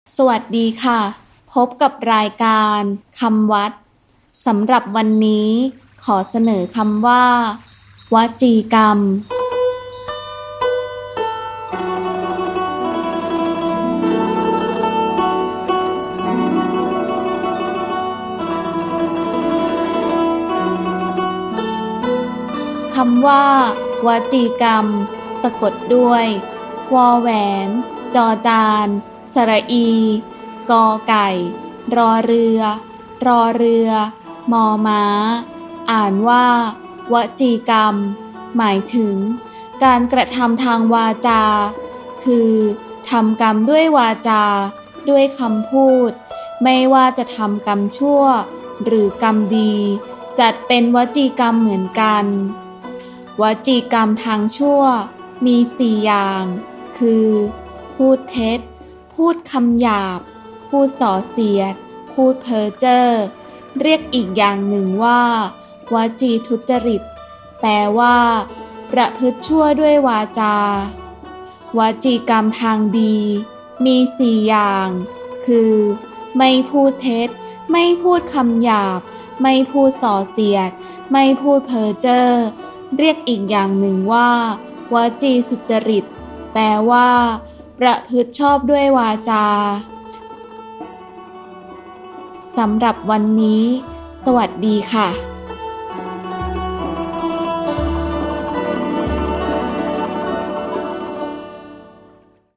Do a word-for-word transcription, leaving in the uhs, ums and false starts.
สวัสดีค่ะ พบกับรายการคำวัดสำหรับวันนี้ขอเสนอคำว่าวจีกรรมคำว่าวจีกรรมสะกดด้วยวอแหวนจอจานสระอีกอไก่รอเรือรอเรือมอม้าอ่านว่าวจีกรรมหมายถึงการกระทำทางวาจาคือทำกรรมด้วยวาจาด้วยคำพูดไม่ว่าจะทำกรรมชั่วหรือกรรมดีจัดเป็นวจีกรรมเหมือนกันวจีกรรมทางชั่วมีสี่อย่างคือพูดเท็จพูดคำหยาบพูดส่อเสียดพูดเพ้อเจ้อเรียกอีกอย่างหนึ่งว่าวจีทุจริตแปลว่าประพฤติชั่วด้วยวาจาวจีกรรมทางดีมีสี่อย่างคือไม่พูดเท็จไม่พูดคำหยาบไม่พูดส่อเสียดไม่พูดเพ้อเจ้อเรียกอีกอย่างหนึ่งว่าวจีสุจริตแปลว่าประพฤติชอบด้วยวาจาสำหรับวันนี้สวัสดีค่ะ